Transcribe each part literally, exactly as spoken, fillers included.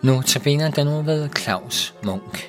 Nu tabiner den ud ved Claus Munk.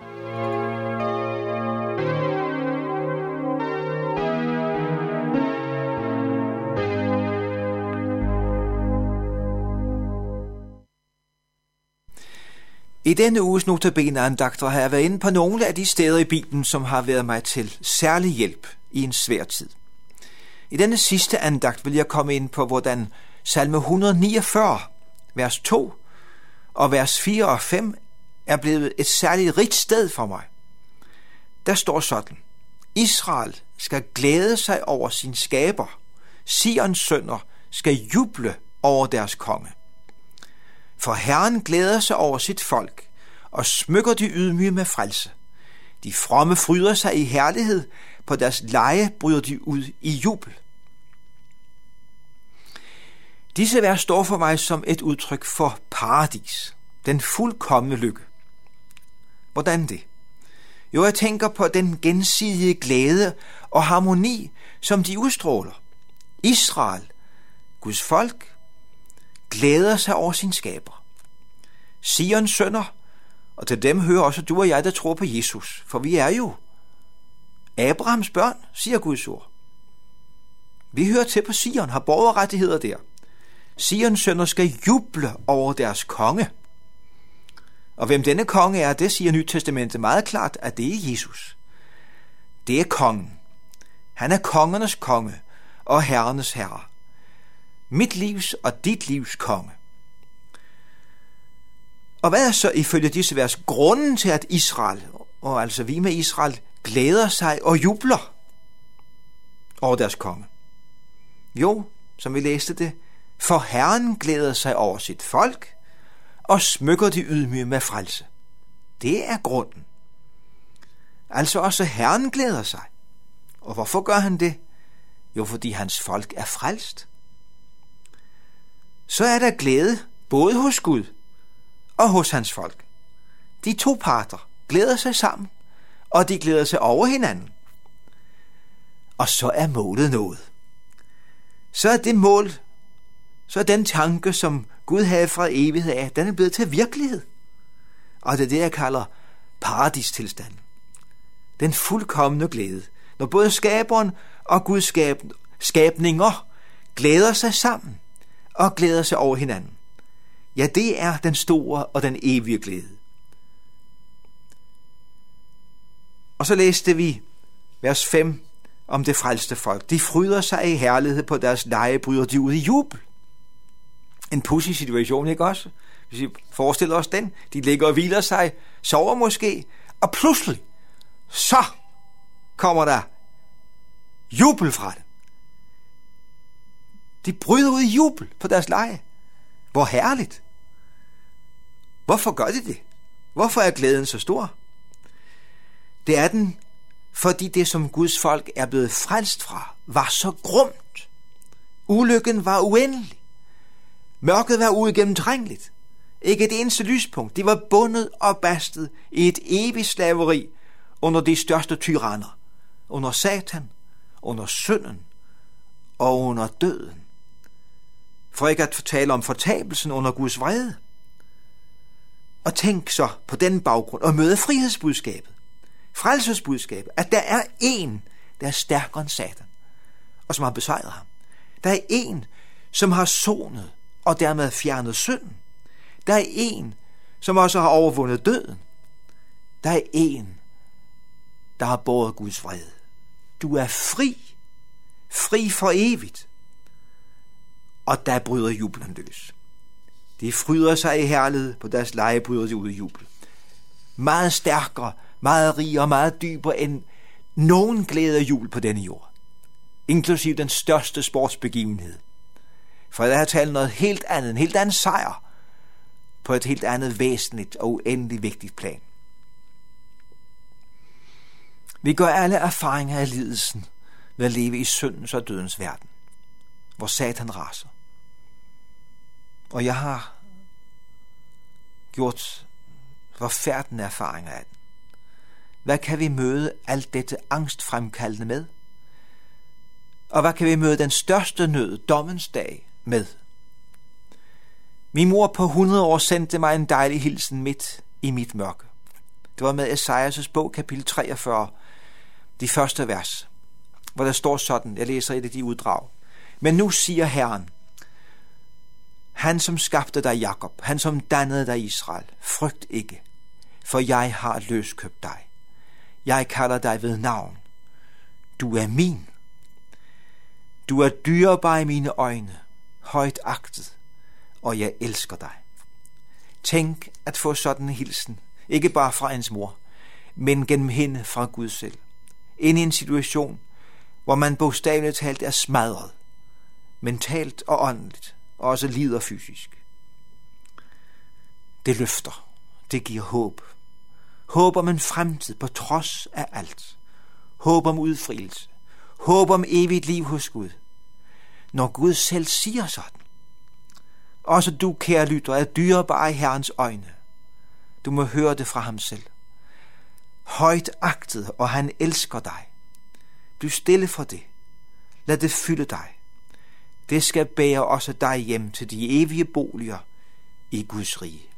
I denne uges notabeneandagter har jeg været inde på nogle af de steder i Bibelen, som har været mig til særlig hjælp i en svær tid. I denne sidste andagt vil jeg komme ind på, hvordan salme et hundrede niogfyrre, vers to og vers fire og fem er blevet et særligt rigt sted for mig. Der står sådan: Israel skal glæde sig over sin skaber. Sions sønner skal juble over deres konge. For Herren glæder sig over sit folk, og smykker de ydmyge med frelse. De fromme fryder sig i herlighed, på deres leje bryder de ud i jubel. Disse vers står for mig som et udtryk for paradis, den fuldkomne lykke. Hvordan det? Jo, jeg tænker på den gensidige glæde og harmoni, som de udstråler. Israel, Guds folk, glæder sig over sin skaber. Sions sønner, og til dem hører også du og jeg, der tror på Jesus, for vi er jo Abrahams børn, siger Guds ord. Vi hører til på Sion, har borgerrettigheder der. Sions sønner skal juble over deres konge. Og hvem denne konge er, det siger Nyt Testamentet meget klart, at det er Jesus. Det er kongen. Han er kongernes konge og herrenes herre. Mit livs og dit livs konge. Og hvad er så ifølge disse vers grunden til, at Israel, og altså vi med Israel, glæder sig og jubler over deres konge? Jo, som vi læste det, for Herren glæder sig over sit folk, og smykker de ydmyge med frelse. Det er grunden. Altså også Herren glæder sig. Og hvorfor gør han det? Jo, fordi hans folk er frelst. Så er der glæde både hos Gud og hos hans folk. De to parter glæder sig sammen, og de glæder sig over hinanden. Og så er målet nået. Så er det mål, så er den tanke, som Gud havde fra evighed af, den er blevet til virkelighed. Og det er det, jeg kalder paradistilstanden. Den fuldkomne glæde, når både skaberen og Guds skab, skabninger glæder sig sammen og glæder sig over hinanden. Ja, det er den store og den evige glæde. Og så læste vi vers fem om det frelste folk. De fryder sig i herlighed, på deres leje bryder de ud i jubel. En pudsig situation, ikke også? Hvis vi forestiller os den. De ligger og hviler sig, sover måske, og pludselig, så kommer der jubel fra dem. De bryder ud i jubel på deres leje. Hvor herligt. Hvorfor gør de det? Hvorfor er glæden så stor? Det er den, fordi det, som Guds folk er blevet frelst fra, var så grumt. Ulykken var uendelig. Mørket var uigennemtrængeligt. Ikke et eneste lyspunkt. De var bundet og bastet i et evigt slaveri under de største tyranner. Under Satan, under synden og under døden. For ikke at tale om fortabelsen under Guds vrede. Og tænk så på den baggrund og møde frihedsbudskabet. Frelsesbudskabet, at der er en, der er stærkere end Satan, og som har besejret ham. Der er en, som har sonet og dermed fjernet synden. Der er en, som også har overvundet døden. Der er en, der har båret Guds vrede. Du er fri, fri for evigt. Og der bryder jublen løs. De fryder sig i herlighed, på deres leje bryder de ud i jubel. Meget stærkere, meget rigere og meget dybere end nogen glæde og jubel på denne jord. Inklusiv den største sportsbegivenhed. For der er talt noget helt andet, en helt anden sejr, på et helt andet væsentligt og uendelig vigtigt plan. Vi gør alle erfaringer af lidelsen ved at leve i syndens og dødens verden, hvor Satan raser. Og jeg har gjort forfærdende erfaringer af den. Hvad kan vi møde alt dette angstfremkaldende med? Og hvad kan vi møde den største nød, dommens dag, med? Min mor på hundrede år sendte mig en dejlig hilsen midt i mit mørke. Det var med Esajas' bog, kapitel treogfyrre, de første vers, hvor der står sådan, jeg læser et af de uddrag. Men nu siger Herren, han som skabte dig Jakob, han som dannede dig Israel, frygt ikke, for jeg har løskøbt dig. Jeg kalder dig ved navn. Du er min. Du er dyrebar i mine øjne, højt agtet, og jeg elsker dig. Tænk at få sådan en hilsen, ikke bare fra ens mor, men gennem hende fra Gud selv. Ind i en situation, hvor man bogstaveligt talt er smadret, mentalt og åndeligt, og også lider fysisk. Det løfter, det giver håb. Håb om en fremtid på trods af alt. Håb om udfrielse. Håb om evigt liv hos Gud. Når Gud selv siger sådan. Også du, kære lytter, er dyrebar i Herrens øjne. Du må høre det fra ham selv. Højt agtet, og han elsker dig. Bliv stille for det. Lad det fylde dig. Det skal bære også dig hjem til de evige boliger i Guds rige.